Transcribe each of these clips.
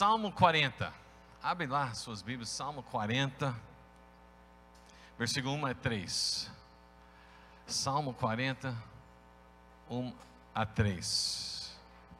Salmo 40. Abre lá suas Bíblias, Salmo 40, versículo 1 a 3. Salmo 40, 1 a 3.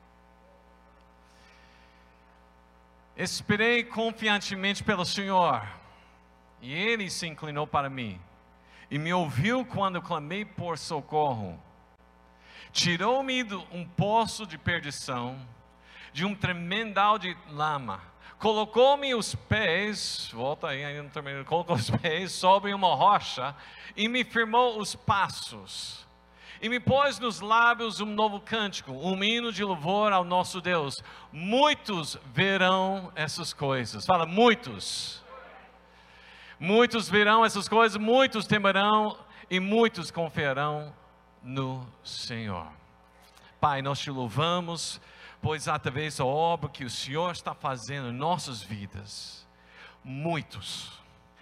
Esperei confiantemente pelo Senhor, e Ele se inclinou para mim, e me ouviu quando clamei por socorro. Tirou-me de um poço de perdição, de um tremendal de lama. Colocou-me os pés, volta aí, ainda não terminei. Colocou os pés sobre uma rocha e me firmou os passos. E me pôs nos lábios um novo cântico, um hino de louvor ao nosso Deus. Muitos verão essas coisas. Fala, muitos. Muitos verão essas coisas, muitos temerão e muitos confiarão no Senhor. Pai, nós te louvamos, pois através da obra que o Senhor está fazendo em nossas vidas, muitos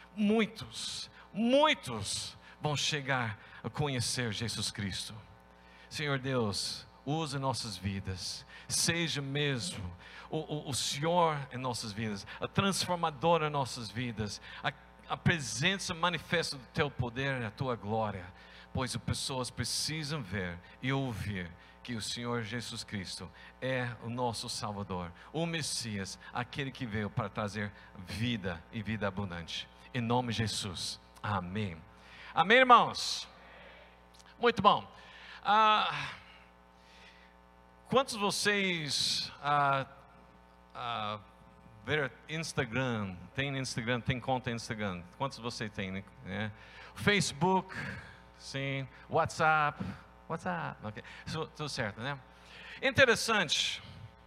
vão chegar a conhecer Jesus Cristo. Senhor Deus, usa nossas vidas, seja mesmo o Senhor em nossas vidas, a transformadora em nossas vidas, a presença manifesta do Teu poder e a Tua glória, pois as pessoas precisam ver e ouvir que o Senhor Jesus Cristo é o nosso Salvador, o Messias, aquele que veio para trazer vida e vida abundante. Em nome de Jesus, amém. Amém, irmãos? Muito bom. Quantos de vocês ver Instagram, tem conta Instagram? Quantos de vocês têm, né? Facebook, sim, WhatsApp, ok, tudo certo, né? Interessante,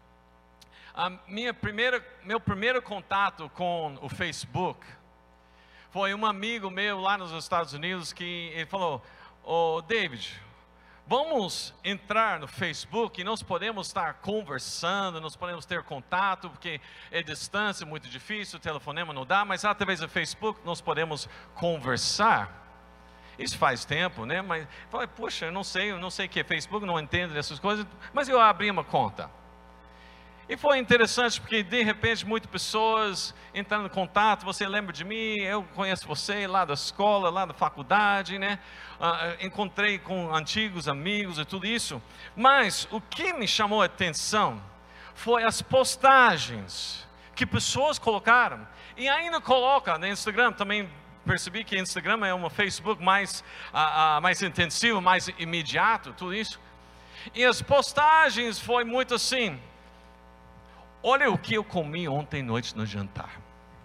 meu primeiro contato com o Facebook foi um amigo meu lá nos Estados Unidos que ele falou: "Ô David, vamos entrar no Facebook e nós podemos estar conversando, nós podemos ter contato, porque é distância, muito difícil, o telefonema não dá, mas através do Facebook nós podemos conversar." Isso faz tempo, né? Mas falei, poxa, eu não sei o que é Facebook, não entendo dessas coisas, mas eu abri uma conta. E foi interessante porque de repente muitas pessoas entrando em contato, você lembra de mim, eu conheço você lá da escola, lá da faculdade, né? Encontrei com antigos amigos e tudo isso. Mas o que me chamou a atenção foi as postagens que pessoas colocaram. E ainda coloca no Instagram também. Percebi que Instagram é um Facebook mais intensivo, mais imediato, tudo isso. E as postagens foi muito assim: olha o que eu comi ontem à noite no jantar.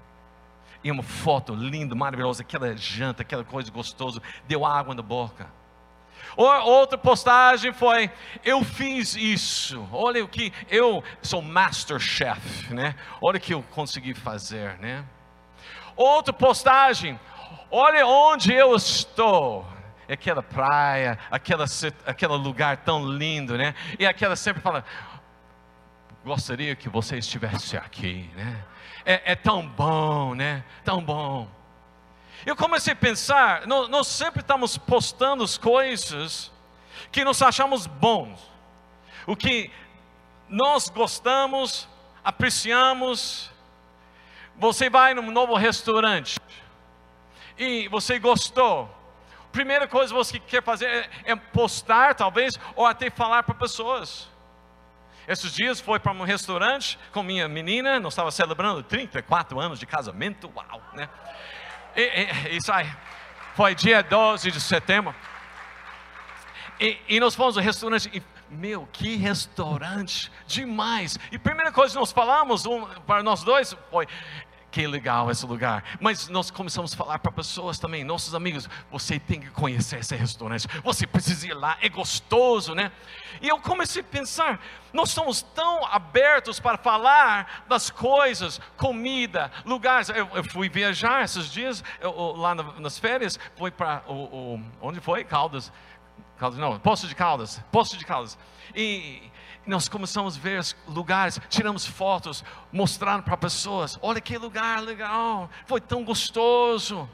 E uma foto linda, maravilhosa, aquela janta, aquela coisa gostosa, deu água na boca. Outra postagem foi: eu fiz isso, olha o que eu sou master chef, né? Olha o que eu consegui fazer, né? Outra postagem: olha onde eu estou. Aquela praia, aquele lugar tão lindo, né? E aquela sempre fala: gostaria que você estivesse aqui, né? É tão bom, né? Tão bom. Eu comecei a pensar, nós sempre estamos postando as coisas que nós achamos bons, o que nós gostamos, apreciamos. Você vai num novo restaurante e você gostou. A primeira coisa que você quer fazer é postar, talvez, ou até falar para pessoas. Esses dias foi para um restaurante com minha menina, nós estávamos celebrando 34 anos de casamento, uau, né? Isso aí, foi dia 12 de setembro. E nós fomos ao restaurante e, meu, que restaurante demais. E a primeira coisa que nós falamos para nós dois foi: que legal esse lugar. Mas nós começamos a falar para pessoas também, nossos amigos: você tem que conhecer esse restaurante, você precisa ir lá, é gostoso, né? E eu comecei a pensar, nós somos tão abertos para falar das coisas, comida, lugares. Eu fui viajar esses dias, lá nas férias, fui para, onde foi? Poço de Caldas. E nós começamos a ver lugares, tiramos fotos, mostrando para pessoas: olha que lugar legal, foi tão gostoso.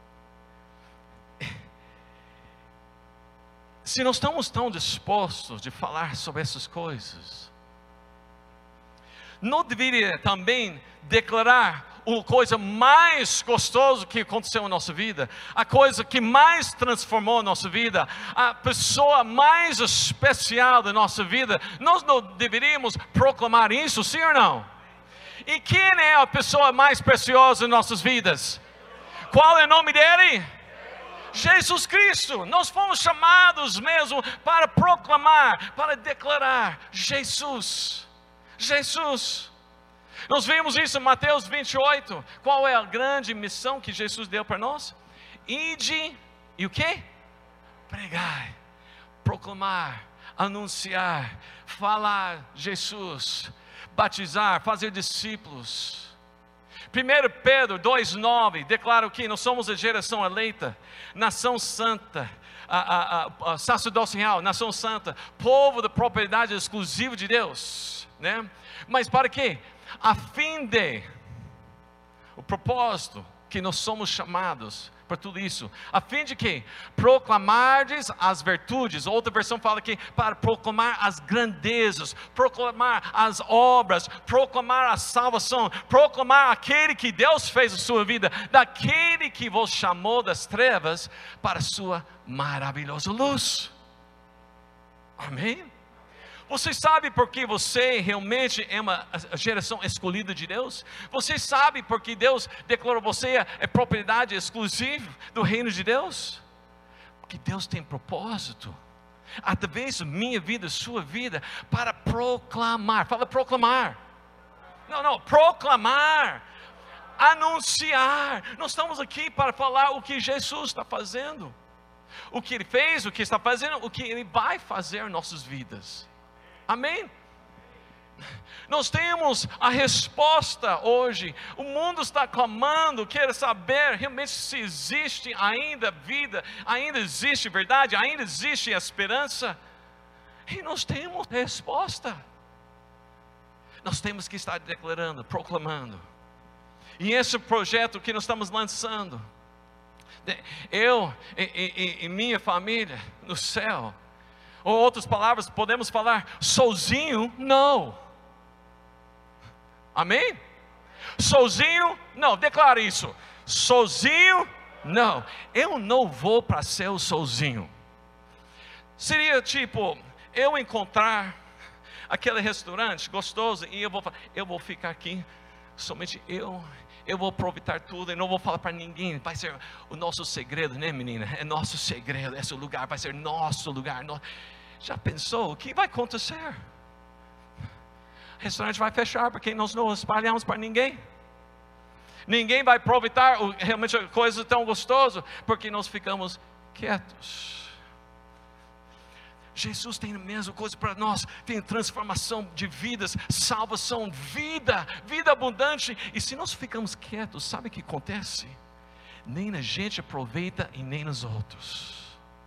Se nós estamos tão dispostos de falar sobre essas coisas, não deveria também declarar a coisa mais gostosa que aconteceu na nossa vida, a coisa que mais transformou a nossa vida, a pessoa mais especial da nossa vida? Nós não deveríamos proclamar isso, sim ou não? E quem é a pessoa mais preciosa em nossas vidas? Qual é o nome dele? Jesus Cristo. Nós fomos chamados mesmo para proclamar, para declarar Jesus. Jesus. Nós vimos isso em Mateus 28. Qual é a grande missão que Jesus deu para nós? Ide e o quê? Pregar, proclamar, anunciar, falar Jesus, batizar, fazer discípulos. 1 Pedro 2,9 declara que nós somos a geração eleita, nação santa, sacerdócio real, nação santa, povo da propriedade exclusiva de Deus, né? Mas para quê? A fim de, o propósito que nós somos chamados para tudo isso, a fim de que proclamardes as virtudes. Outra versão fala aqui, para proclamar as grandezas, proclamar as obras, proclamar a salvação, proclamar aquele que Deus fez na sua vida, daquele que vos chamou das trevas para a sua maravilhosa luz. Amém? Você sabe por que você realmente é uma geração escolhida de Deus? Você sabe por que Deus declarou você é propriedade exclusiva do reino de Deus? Porque Deus tem propósito, através da minha vida, sua vida, para proclamar. Fala proclamar. Não, proclamar, anunciar. Nós estamos aqui para falar o que Jesus está fazendo, o que Ele fez, o que está fazendo, o que Ele vai fazer em nossas vidas. Amém? Nós temos a resposta hoje. O mundo está clamando, quer saber realmente se existe ainda vida, ainda existe verdade, ainda existe esperança. E nós temos resposta. Nós temos que estar declarando, proclamando. E esse projeto que nós estamos lançando, eu e minha família no céu, ou outras palavras, podemos falar, sozinho, não. Amém? Sozinho, não, declara isso. Sozinho, não. Eu não vou para céu sozinho. Seria tipo, eu encontrar aquele restaurante gostoso e eu vou ficar aqui, somente eu vou aproveitar tudo e não vou falar para ninguém. Vai ser o nosso segredo, né, menina? É nosso segredo, esse lugar vai ser nosso lugar. Já pensou o que vai acontecer? O restaurante vai fechar porque nós não espalhamos para ninguém. Ninguém vai aproveitar realmente a coisa tão gostosa porque nós ficamos quietos. Jesus tem a mesma coisa para nós, tem transformação de vidas, salvação, vida abundante. E se nós ficamos quietos, sabe o que acontece? Nem a gente aproveita e nem nos outros.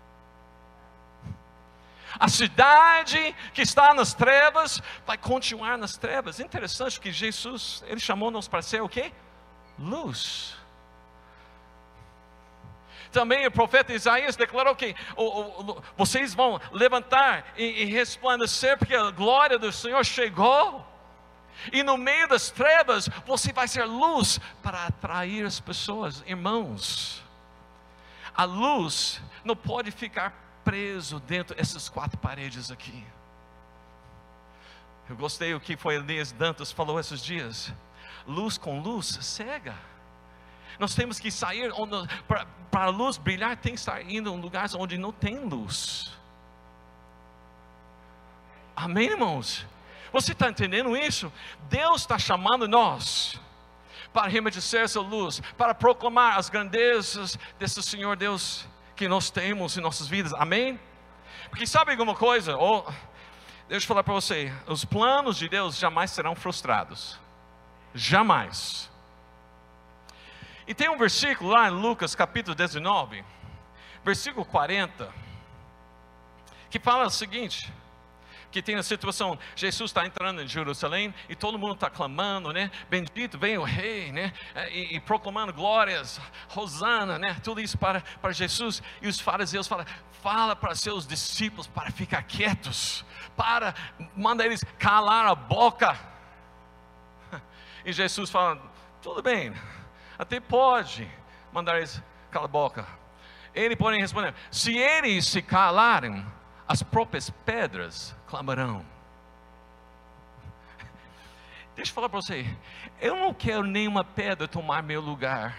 A cidade que está nas trevas vai continuar nas trevas. Interessante que Jesus, Ele chamou-nos para ser o quê? Luz. Também o profeta Isaías declarou que vocês vão levantar e resplandecer, porque a glória do Senhor chegou. E no meio das trevas, você vai ser luz para atrair as pessoas. Irmãos, a luz não pode ficar preso dentro dessas quatro paredes aqui. Eu gostei o que foi Elias Dantas falou esses dias. Luz com luz cega. Nós temos que sair, para a luz brilhar, tem que estar indo em lugares onde não tem luz. Amém, irmãos? Você está entendendo isso? Deus está chamando nós para remedecer essa luz, para proclamar as grandezas desse Senhor Deus que nós temos em nossas vidas. Amém? Porque sabe alguma coisa? Deixa eu falar para você, os planos de Deus jamais serão frustrados. Jamais. E tem um versículo lá em Lucas capítulo 19, versículo 40, que fala o seguinte, que tem a situação, Jesus está entrando em Jerusalém, e todo mundo está clamando, né? Bendito vem o rei, né? E proclamando glórias, Hosana, né? Tudo isso para Jesus. E os fariseus fala para seus discípulos para ficar quietos, manda eles calar a boca. E Jesus fala, tudo bem, até pode mandar eles calar a boca. Ele, porém, respondeu, se eles se calarem, as próprias pedras clamarão. Deixa eu falar para você, eu não quero nenhuma pedra tomar meu lugar.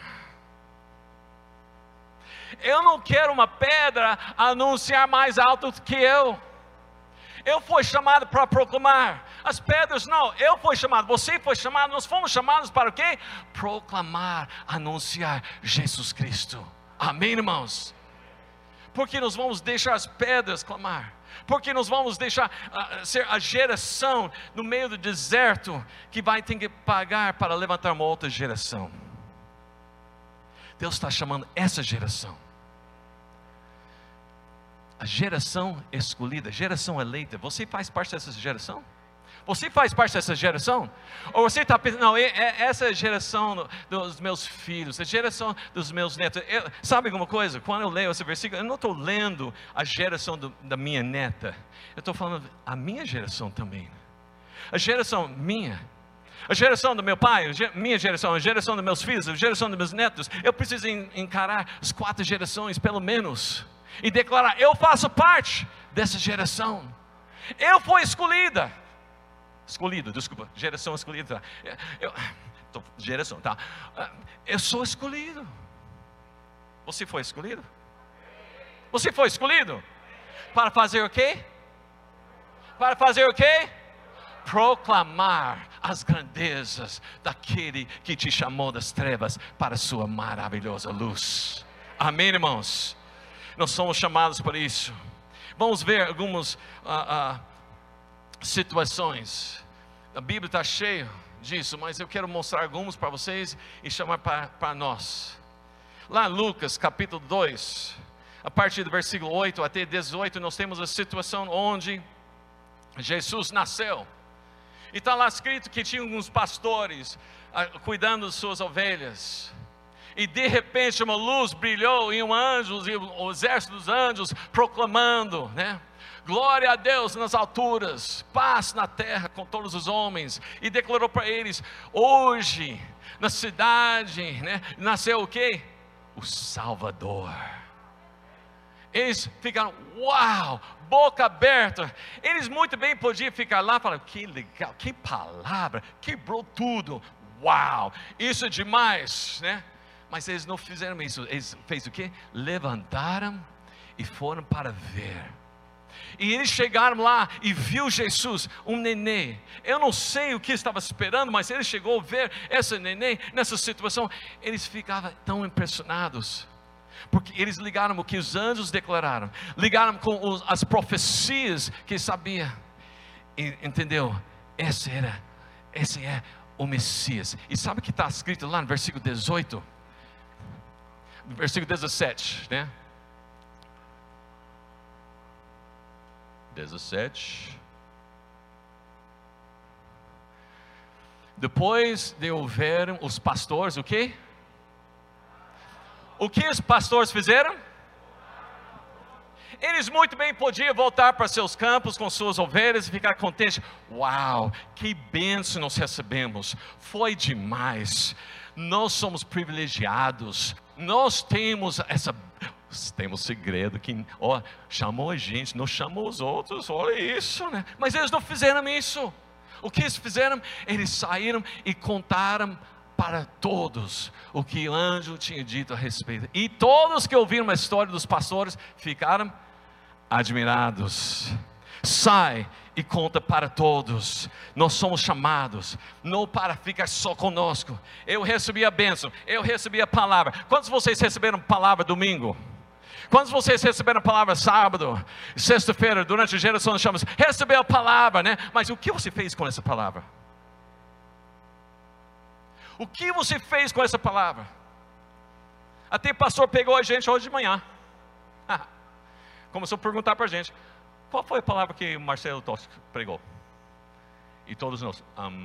Eu não quero uma pedra anunciar mais alto do que eu. Eu fui chamado para proclamar. As pedras não, eu fui chamado, você foi chamado, nós fomos chamados para o quê? Proclamar, anunciar Jesus Cristo. Amém, irmãos? Porque nós vamos deixar as pedras clamar. Porque nós vamos deixar ser a geração no meio do deserto que vai ter que pagar para levantar uma outra geração. Deus está chamando essa geração, a geração escolhida, geração eleita. Você faz parte dessa geração? Você faz parte dessa geração? Ou você está pensando, não, essa é a geração dos meus filhos, a geração dos meus netos. Sabe alguma coisa? Quando eu leio esse versículo, eu não estou lendo a geração da minha neta. Eu estou falando a minha geração também. A geração minha. A geração do meu pai, minha geração, a geração dos meus filhos, a geração dos meus netos. Eu preciso encarar as 4 gerações, pelo menos. E declarar, eu faço parte dessa geração. Eu fui escolhido, desculpa, geração escolhida. Geração, tá? Eu sou escolhido. Você foi escolhido? Você foi escolhido? Para fazer o quê? Para fazer o quê? Proclamar as grandezas daquele que te chamou das trevas para a sua maravilhosa luz. Amém, irmãos? Nós somos chamados para isso. Vamos ver algumas situações. A Bíblia está cheia disso, mas eu quero mostrar alguns para vocês e chamar para nós. Lá em Lucas capítulo 2, a partir do versículo 8 até 18, nós temos a situação onde Jesus nasceu. E está lá escrito que tinha alguns pastores cuidando de suas ovelhas. E de repente uma luz brilhou e anjos, e o exército dos anjos proclamando, né? Glória a Deus nas alturas, paz na terra com todos os homens. E declarou para eles, hoje na cidade, né, nasceu o quê? O Salvador. Eles ficaram, uau, boca aberta. Eles muito bem podiam ficar lá e falar, que legal, que palavra, quebrou tudo, uau, isso é demais, né? Mas eles não fizeram isso. Eles fizeram o quê? Levantaram e foram para ver. E eles chegaram lá e viu Jesus, um nenê. Eu não sei o que estava esperando, mas ele chegou a ver essa nenê nessa situação. Eles ficavam tão impressionados, porque eles ligaram o que os anjos declararam, ligaram com as profecias que sabia. Entendeu? Esse é o Messias. E sabe o que está escrito lá no versículo 18? Versículo 17, né? 17. Depois de ouvirem os pastores, o quê? O que os pastores fizeram? Eles muito bem podiam voltar para seus campos com suas ovelhas e ficar contentes. Uau, que bênção nós recebemos, foi demais. Nós somos privilegiados. Nós temos segredo que chamou a gente, não chamou os outros, olha isso, né? Mas eles não fizeram isso. O que eles fizeram? Eles saíram e contaram para todos o que o anjo tinha dito a respeito. E todos que ouviram a história dos pastores ficaram admirados. Sai e conta para todos. Nós somos chamados não para ficar só conosco. Eu recebi a bênção, eu recebi a palavra. Quantos de vocês receberam palavra domingo? Quantos de vocês receberam a palavra sábado, sexta-feira, durante a geração nós chamamos, recebeu a palavra, né? Mas o que você fez com essa palavra? O que você fez com essa palavra? Até o pastor pegou a gente hoje de manhã. Começou a perguntar para a gente, qual foi a palavra que o Marcelo Tosco pregou? E todos nós,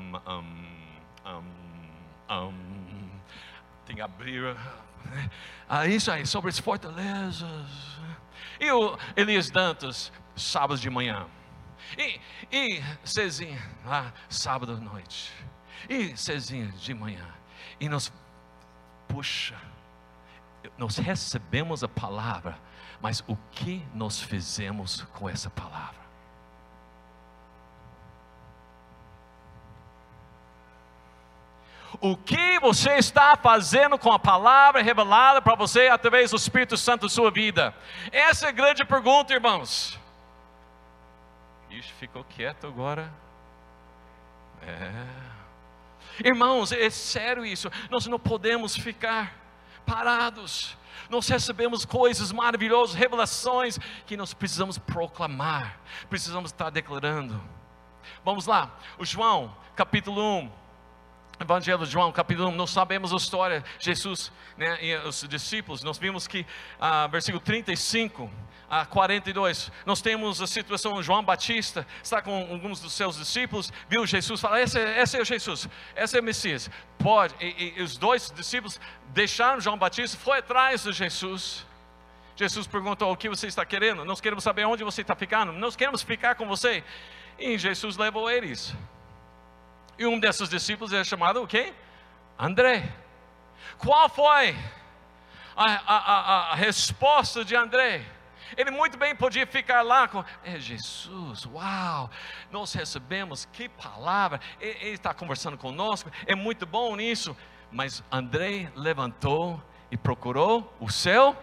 tem que abrir, isso aí, sobre as fortalezas. E o Elias Dantas, sábado de manhã. E Cezinha, lá, sábado à noite. E Cezinha de manhã. E nós recebemos a palavra, mas o que nós fizemos com essa palavra? O que você está fazendo com a palavra revelada para você através do Espírito Santo na sua vida? Essa é a grande pergunta, irmãos. Ixi, ficou quieto agora. Irmãos, é sério isso. Nós não podemos ficar parados. Nós recebemos coisas maravilhosas, revelações que nós precisamos proclamar, precisamos estar declarando. Vamos lá, o João, capítulo 1. Evangelho de João, capítulo 1, nós sabemos a história, Jesus, né, e os discípulos. Nós vimos que, versículo 35 a 42, nós temos a situação de João Batista, está com alguns dos seus discípulos, viu Jesus, fala, esse é o Jesus, esse é o Messias. E os dois discípulos deixaram João Batista, foi atrás de Jesus. Jesus perguntou, o que você está querendo? Nós queremos saber onde você está ficando, nós queremos ficar com você. E Jesus levou eles. E um desses discípulos é chamado o quê? André. Qual foi a resposta de André? Ele muito bem podia ficar lá com Jesus, uau, nós recebemos, que palavra, ele está conversando conosco, é muito bom nisso. Mas André levantou e procurou o seu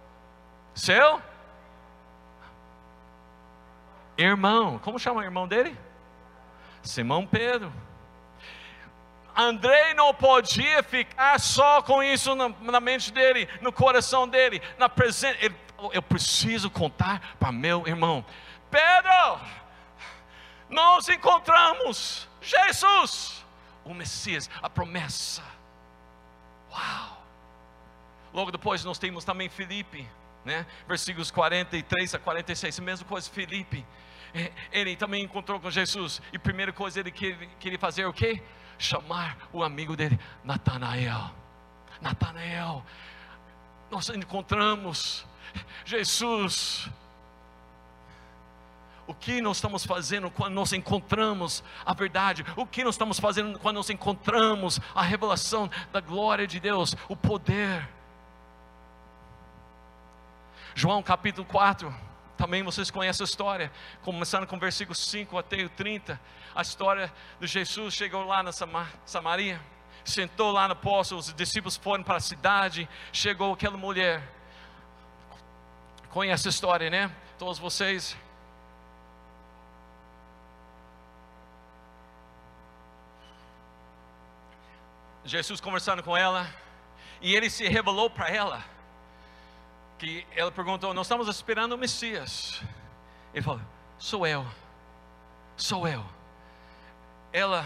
irmão. Como chama o irmão dele? Simão Pedro. André não podia ficar só com isso na mente dele, no coração dele, na presença. Ele falou, eu preciso contar para meu irmão. Pedro, nós encontramos Jesus, o Messias, a promessa. Uau! Logo depois nós temos também Filipe, né? Versículos 43 a 46, a mesma coisa, Filipe. Ele também encontrou com Jesus, e a primeira coisa ele queria fazer o quê? Chamar o amigo dele, Natanael. Natanael, nós encontramos Jesus. O que nós estamos fazendo quando nós encontramos a verdade? O que nós estamos fazendo quando nós encontramos a revelação da glória de Deus, o poder? João capítulo 4, também vocês conhecem a história, começando com versículos 5 até o 30, a história de Jesus. Chegou lá na Samaria, sentou lá no poço, os discípulos foram para a cidade, chegou aquela mulher, conhece a história, né? Todos vocês. Jesus conversando com ela, e ele se revelou para ela, que ela perguntou, nós estamos esperando o Messias. Ele falou, sou eu. Ela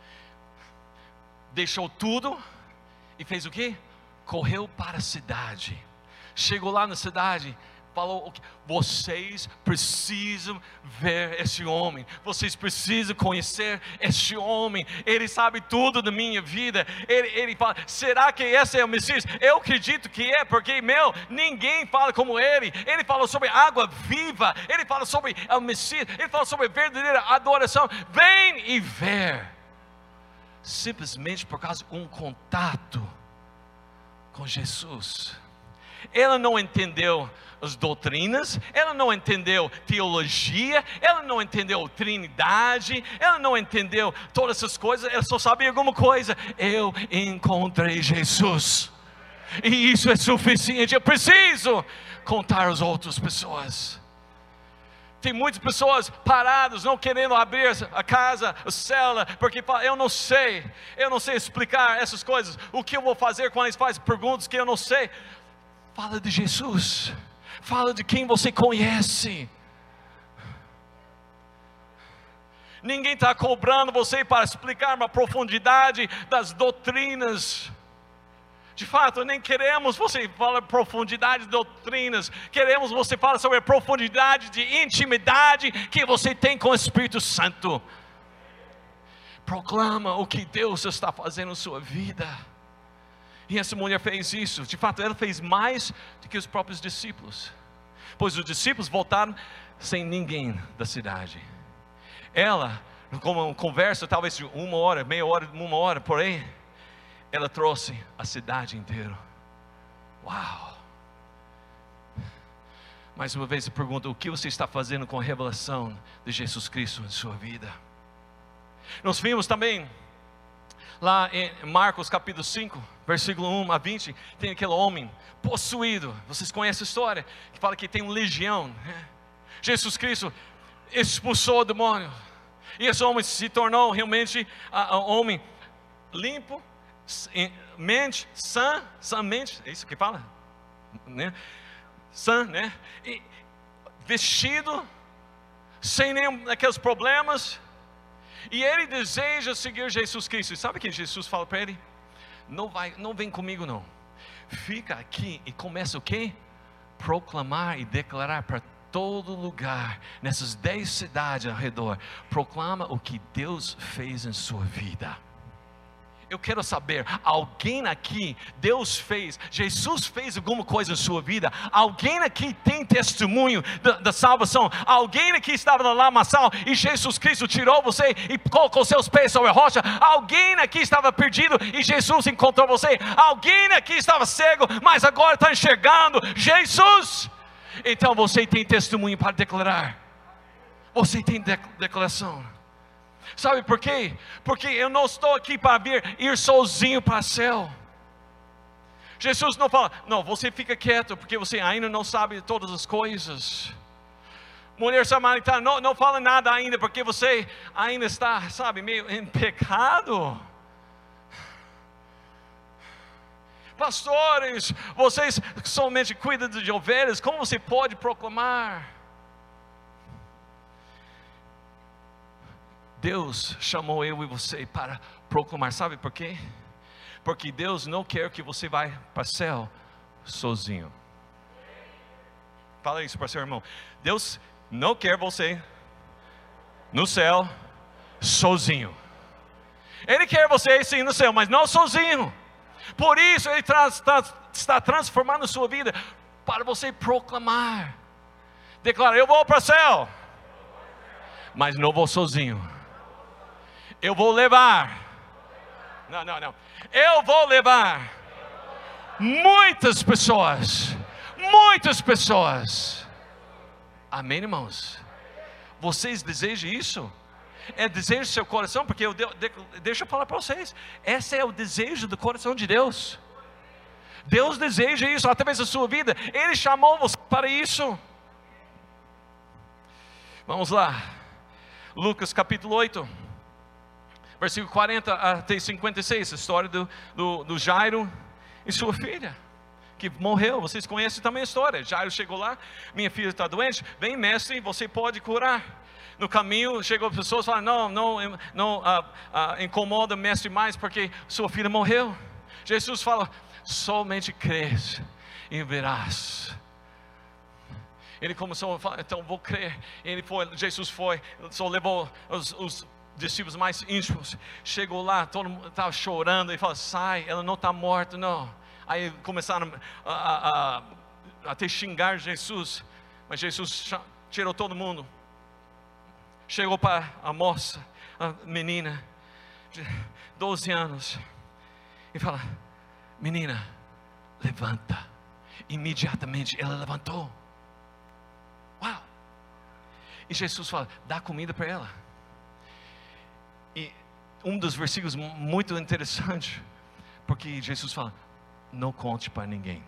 deixou tudo e fez o quê? Correu para a cidade. Chegou lá na cidade, falou, vocês precisam ver esse homem, vocês precisam conhecer este homem, ele sabe tudo da minha vida. Ele fala, será que esse é o Messias? Eu acredito que é, porque ninguém fala como ele. Ele fala sobre água viva, ele fala sobre o Messias, ele fala sobre verdadeira adoração. Vem e ver. Simplesmente por causa de um contato com Jesus. Ela não entendeu as doutrinas, ela não entendeu teologia, ela não entendeu Trindade, ela não entendeu todas essas coisas, ela só sabia alguma coisa: eu encontrei Jesus, e isso é suficiente. Eu preciso contar às outras pessoas. Tem muitas pessoas paradas, não querendo abrir a casa, a cela, porque falam, eu não sei explicar essas coisas. O que eu vou fazer quando eles fazem perguntas que eu não sei? Fala de Jesus, fala de quem você conhece. Ninguém está cobrando você para explicar uma profundidade das doutrinas. De fato, nem queremos você falar profundidade de doutrinas, queremos você falar sobre a profundidade de intimidade que você tem com o Espírito Santo. Proclama o que Deus está fazendo na sua vida. E essa mulher fez isso. De fato, ela fez mais do que os próprios discípulos, pois os discípulos voltaram sem ninguém da cidade. Ela como uma conversa, talvez de 1 hora, meia hora, 1 hora, por aí, ela trouxe a cidade inteira. Uau! Mais uma vez eu pergunto, o que você está fazendo com a revelação de Jesus Cristo em sua vida? Nós vimos também, lá em Marcos capítulo 5, versículo 1 a 20, tem aquele homem possuído. Vocês conhecem a história? Que fala que tem uma legião, né? Jesus Cristo expulsou o demônio. E esse homem se tornou realmente um homem limpo, mente, sã mente, é isso que fala? Né? Sã, né? E vestido, sem nenhum daqueles problemas. E ele deseja seguir Jesus Cristo. E sabe o que Jesus fala para ele? Não vem comigo não. Fica aqui e começa o quê? Proclamar e declarar para todo lugar, nessas 10 cidades ao redor. Proclama o que Deus fez em sua vida. Eu quero saber, alguém aqui, Deus fez, Jesus fez alguma coisa em sua vida? Alguém aqui tem testemunho da salvação? Alguém aqui estava na lamaçal e Jesus Cristo tirou você e colocou seus pés sobre a rocha? Alguém aqui estava perdido e Jesus encontrou você? Alguém aqui estava cego, mas agora está enxergando Jesus? Então você tem testemunho para declarar. Você tem declaração. Sabe por quê? Porque eu não estou aqui para ir sozinho para o céu. Jesus não fala, não, você fica quieto, porque você ainda não sabe todas as coisas. Mulher samaritana, não fala nada ainda, porque você ainda está, sabe, meio em pecado. Pastores, vocês somente cuidam de ovelhas, como você pode proclamar? Deus chamou eu e você para proclamar, sabe por quê? Porque Deus não quer que você vá para o céu sozinho. Fala isso para seu irmão. Deus não quer você no céu sozinho. Ele quer você sim no céu, mas não sozinho. Por isso Ele está transformando a sua vida para você proclamar. Declara, eu vou para o céu, mas não vou sozinho. Eu vou levar. Não. Eu vou levar muitas pessoas. Muitas pessoas. Amém, irmãos? Vocês desejam isso? É desejo do seu coração? Porque deixa eu falar para vocês. Esse é o desejo do coração de Deus. Deus deseja isso através da sua vida. Ele chamou você para isso. Vamos lá. Lucas capítulo 8. Versículo 40 até 56, a história do Jairo e sua filha, que morreu. Vocês conhecem também a história. Jairo chegou lá, minha filha está doente, vem mestre, você pode curar. No caminho, chegou pessoas e falaram, não incomoda o mestre mais, porque sua filha morreu. Jesus fala, somente crês e verás. Ele começou a falar, então vou crer. Jesus foi, só levou os discípulos mais íntimos, chegou lá, todo mundo estava chorando, e falou, sai, ela não está morta não. Aí começaram a até xingar Jesus, mas Jesus tirou todo mundo, chegou para a moça, a menina de 12 anos, e fala, menina, levanta. Imediatamente ela levantou. Uau! E Jesus fala, dá comida para ela. E um dos versículos muito interessante, porque Jesus fala, não conte para ninguém.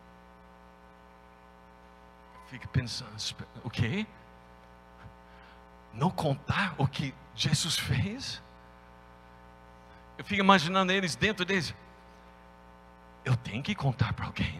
Fica pensando, o quê? Não contar o que Jesus fez? Eu fico imaginando eles dentro deles, eu tenho que contar para alguém.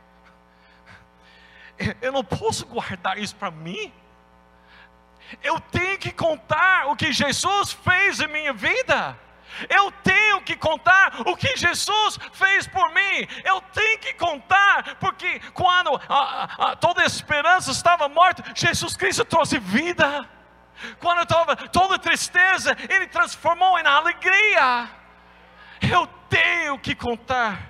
Eu não posso guardar isso para mim. Eu tenho que contar o que Jesus fez em minha vida. Eu tenho que contar o que Jesus fez por mim. Eu tenho que contar, porque quando toda a esperança estava morta, Jesus Cristo trouxe vida. Quando estava toda tristeza, Ele transformou em alegria. Eu tenho que contar.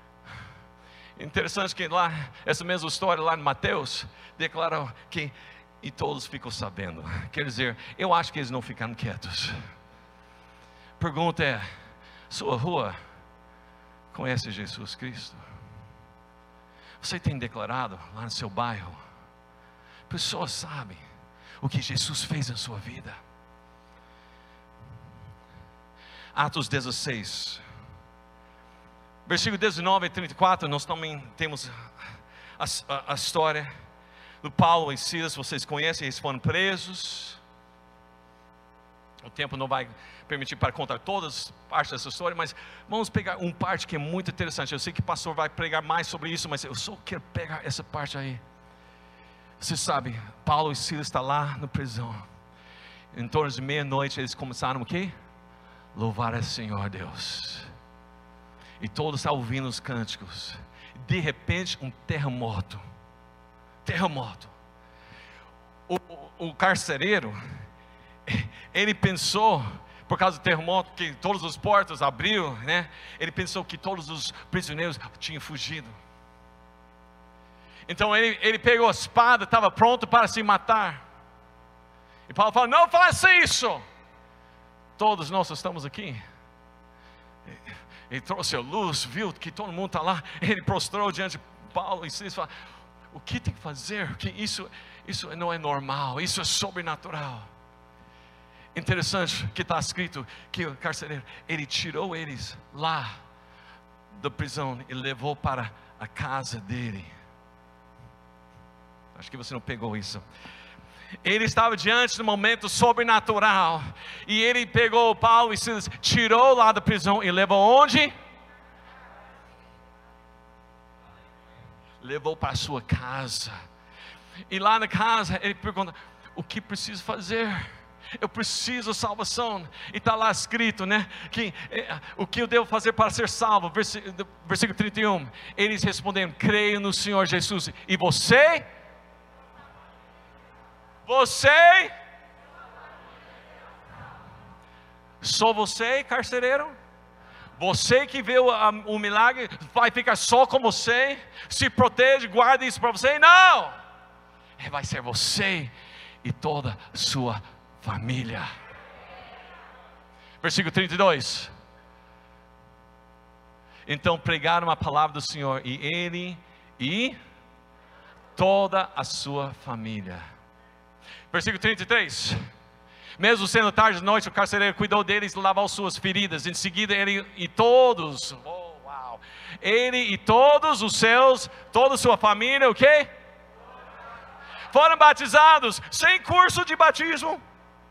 Interessante que lá, essa mesma história lá em Mateus, declarou que E todos ficam sabendo. Quer dizer, eu acho que eles não ficaram quietos. Pergunta é: sua rua conhece Jesus Cristo? Você tem declarado lá no seu bairro? Pessoas sabem o que Jesus fez na sua vida. Atos 16, versículo 19 e 34, nós também temos a história do Paulo e Silas. Vocês conhecem, eles foram presos. O tempo não vai permitir para contar todas as partes dessa história, mas vamos pegar uma parte que é muito interessante. Eu sei que o pastor vai pregar mais sobre isso, mas eu só quero pegar essa parte aí. Você sabe, Paulo e Silas estão lá na prisão. Em torno de meia-noite eles começaram o quê? Louvar a Senhor Deus. E todos estavam ouvindo os cânticos. De repente um terremoto. O carcereiro, ele pensou, por causa do terremoto, que todas as portas abriram, né? Ele pensou que todos os prisioneiros tinham fugido. Então ele pegou a espada, estava pronto para se matar. E Paulo falou: não faça isso. Todos nós estamos aqui. Ele trouxe a luz, viu que todo mundo está lá. Ele prostrou diante de Paulo e Silas, falou: o que tem que fazer? Que isso não é normal, isso é sobrenatural. Interessante que está escrito que o carcereiro, ele tirou eles lá da prisão e levou para a casa dele. Acho que você não pegou isso. Ele estava diante de um momento sobrenatural. E ele pegou Paulo e Silas, tirou lá da prisão e levou onde? Levou para a sua casa. E lá na casa ele pergunta: o que preciso fazer? Eu preciso de salvação. E está lá escrito, né? Que o que eu devo fazer para ser salvo? Versículo 31. Eles responderam: creio no Senhor Jesus. E você? Só você, carcereiro? Você que viu o milagre, vai ficar só com você? Se protege, guarda isso para você? Não! Vai ser você e toda a sua família. Versículo 32. Então pregaram a palavra do Senhor, e ele e toda a sua família. Versículo 33. Mesmo sendo tarde de noite, o carcereiro cuidou deles e lavou suas feridas. Em seguida ele e todos, ele e todos os seus, toda a sua família, o quê? Foram batizados, sem curso de batismo.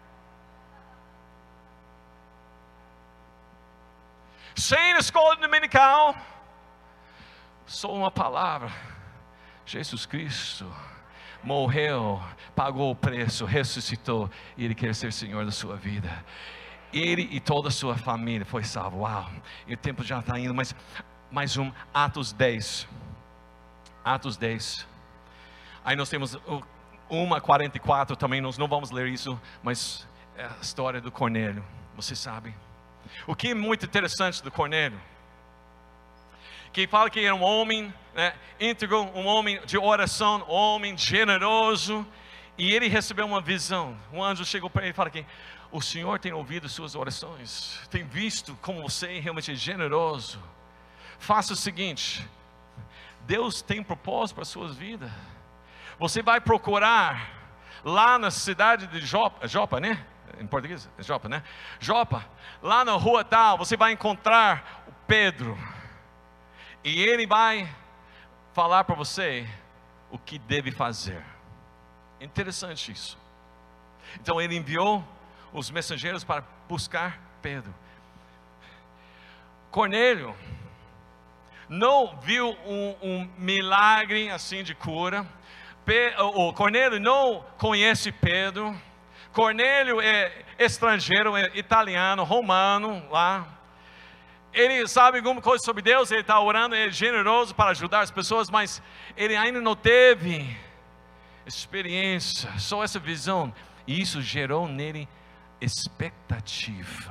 Sem escola dominical. Só uma palavra: Jesus Cristo morreu, pagou o preço, ressuscitou, e Ele quer ser Senhor da sua vida. Ele e toda a sua família foi salvo. Uau, e o tempo já está indo, mas mais um, Atos 10. Atos 10. Aí nós temos 1:44 também, nós não vamos ler isso, mas é a história do Cornélio, você sabe. O que é muito interessante do Cornélio, que fala que era um homem, né, íntegro, um homem de oração, um homem generoso, e ele recebeu uma visão. Um anjo chegou para ele e falou que o Senhor tem ouvido suas orações, tem visto como você realmente é generoso. Faça o seguinte: Deus tem propósito para as suas vidas. Você vai procurar lá na cidade de Jopa, né? Em português, é Jopa, né? Jopa, lá na rua tal, você vai encontrar o Pedro. E ele vai falar para você o que deve fazer. Interessante isso. Então ele enviou os mensageiros para buscar Pedro. Cornélio não viu um milagre assim de cura. Cornélio não conhece Pedro. Cornélio é estrangeiro, é italiano, romano lá. Ele sabe alguma coisa sobre Deus, ele está orando, ele é generoso para ajudar as pessoas, mas ele ainda não teve experiência, só essa visão. E isso gerou nele expectativa.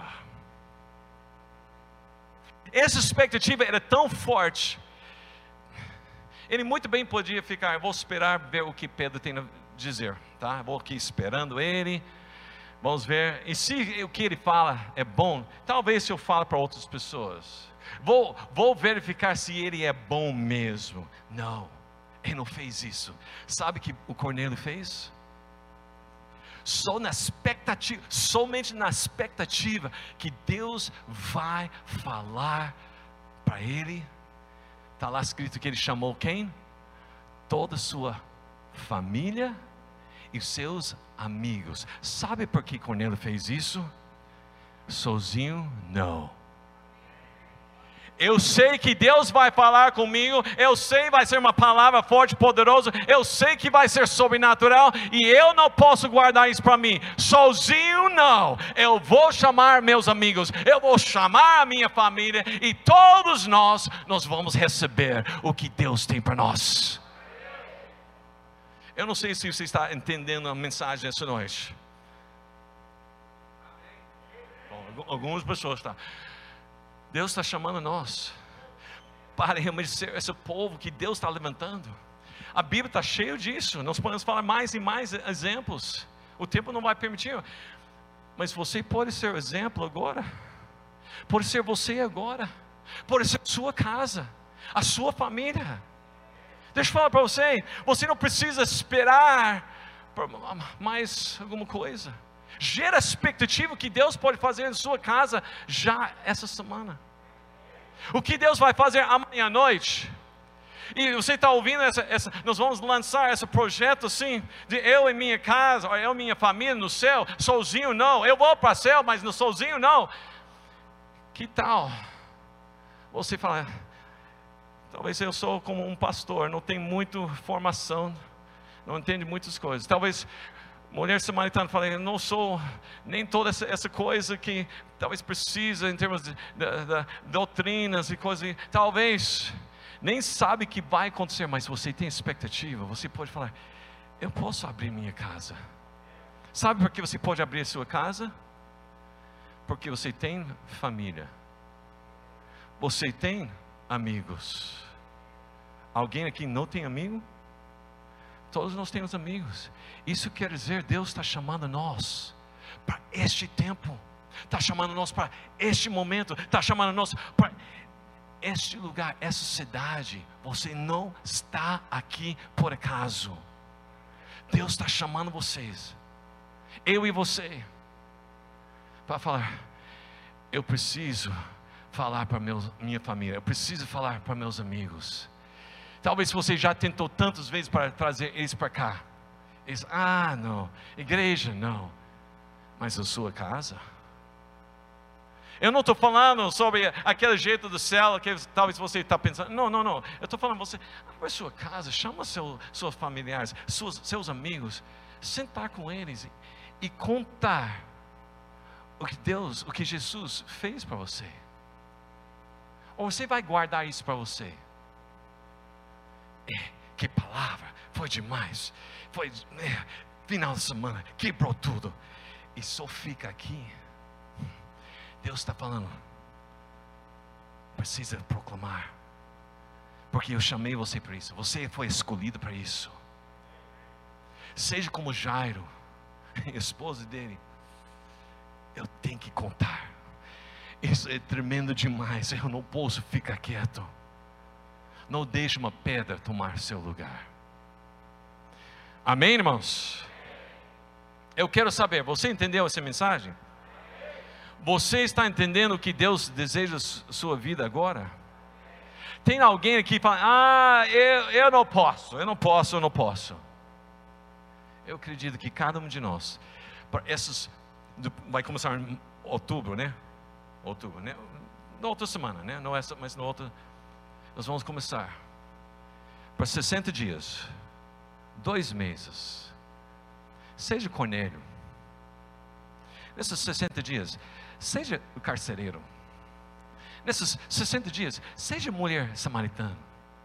Essa expectativa era tão forte Ele muito bem podia ficar, eu vou esperar ver o que Pedro tem a dizer, tá? Vou aqui esperando ele, vamos ver, e se o que ele fala é bom, talvez eu fale para outras pessoas, vou verificar se ele é bom mesmo. Não, ele não fez isso. Sabe o que o Cornélio fez? Somente na expectativa que Deus vai falar para ele. Está lá escrito que ele chamou quem? Toda a sua família e seus amigos. Sabe por que Cornélio fez isso? Sozinho? Não. Eu sei que Deus vai falar comigo, eu sei que vai ser uma palavra forte, poderosa, eu sei que vai ser sobrenatural, e eu não posso guardar isso para mim, sozinho não. Eu vou chamar meus amigos, eu vou chamar a minha família, e todos nós vamos receber o que Deus tem para nós. Eu não sei se você está entendendo a mensagem essa noite. Bom, algumas pessoas estão. Deus está chamando nós para realmente ser esse povo que Deus está levantando. A Bíblia está cheia disso. Nós podemos falar mais e mais exemplos. O tempo não vai permitir. Mas você pode ser o exemplo agora. Pode ser você agora. Pode ser a sua casa, a sua família. Deixa eu falar para você. Você não precisa esperar por mais alguma coisa. Gera a expectativa que Deus pode fazer em sua casa já essa semana. O que Deus vai fazer amanhã à noite. E você está ouvindo nós vamos lançar esse projeto assim, de eu e minha casa, ou eu e minha família no céu, sozinho não. Eu vou para o céu, mas no sozinho não. Que tal você falar, talvez eu sou como um pastor, não tenho muita formação, não entendo muitas coisas. Talvez mulher samaritana fala, eu não sou nem toda essa coisa que talvez precisa em termos de doutrinas e coisas. Talvez nem sabe que vai acontecer, mas você tem expectativa. Você pode falar, eu posso abrir minha casa. Sabe por que você pode abrir a sua casa? Porque você tem família. Você tem amigos. Alguém aqui não tem amigo? Todos nós temos amigos. Isso quer dizer, Deus está chamando nós para este tempo, está chamando nós para este momento, está chamando nós para este lugar, essa cidade. Você não está aqui por acaso. Deus está chamando vocês, eu e você, para falar, eu preciso falar para minha família, eu preciso falar para meus amigos. Talvez você já tentou tantas vezes para trazer eles para cá. Eles, não, igreja não, mas a sua casa. Eu não estou falando sobre aquele jeito do céu que talvez você está pensando. Não. Eu estou falando, você abre a sua casa, chama seus familiares, seus amigos, sentar com eles e contar o que Jesus fez para você. Ou você vai guardar isso para você? Que palavra, foi demais, foi final de semana, quebrou tudo, e só fica aqui. Deus está falando, precisa proclamar, porque eu chamei você para isso, você foi escolhido para isso. Seja como Jairo, a esposa dele, eu tenho que contar, isso é tremendo demais, eu não posso ficar quieto. Não deixe uma pedra tomar seu lugar. Amém, irmãos? Eu quero saber, você entendeu essa mensagem? Você está entendendo o que Deus deseja sua vida agora? Tem alguém aqui que fala, eu não posso. Eu acredito que cada um de nós, vai começar em outubro, né? Na outra semana, né? Não essa, mas na outra. Nós vamos começar para 60 dias, 2 meses. Seja Cornélio. Nesses 60 dias, seja o carcereiro. Nesses 60 dias, seja mulher samaritana.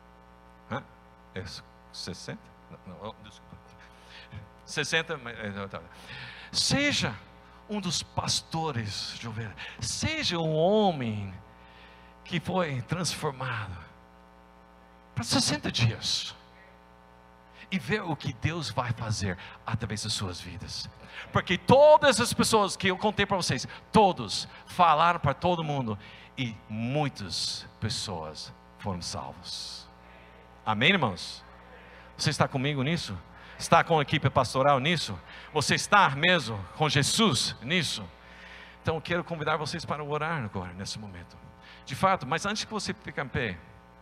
60? Não, desculpa. 60, seja um dos pastores de ovelhas. Seja um homem que foi transformado para 60 dias. E ver o que Deus vai fazer através das suas vidas. Porque todas as pessoas que eu contei para vocês, todos falaram para todo mundo. E muitas pessoas foram salvas. Amém, irmãos? Você está comigo nisso? Está com a equipe pastoral nisso? Você está mesmo com Jesus nisso? Então eu quero convidar vocês para orar agora, nesse momento. De fato, mas antes que você fique em pé,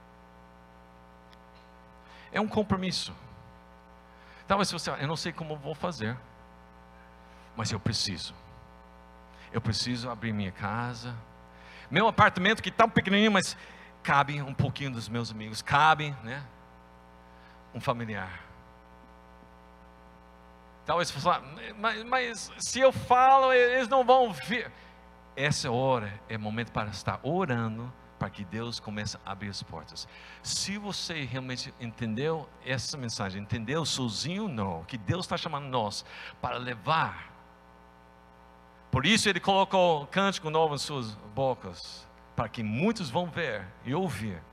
é um compromisso. Talvez você, eu não sei como vou fazer, mas eu preciso. Eu preciso abrir minha casa, meu apartamento que está pequenininho, mas cabe um pouquinho dos meus amigos, cabe, né? Um familiar. Talvez você fale, mas se eu falo, eles não vão ver. Essa hora é momento para estar orando, para que Deus comece a abrir as portas. Se você realmente entendeu essa mensagem, entendeu sozinho não, que Deus está chamando nós para levar. Por isso Ele colocou cântico novo em suas bocas, para que muitos vão ver e ouvir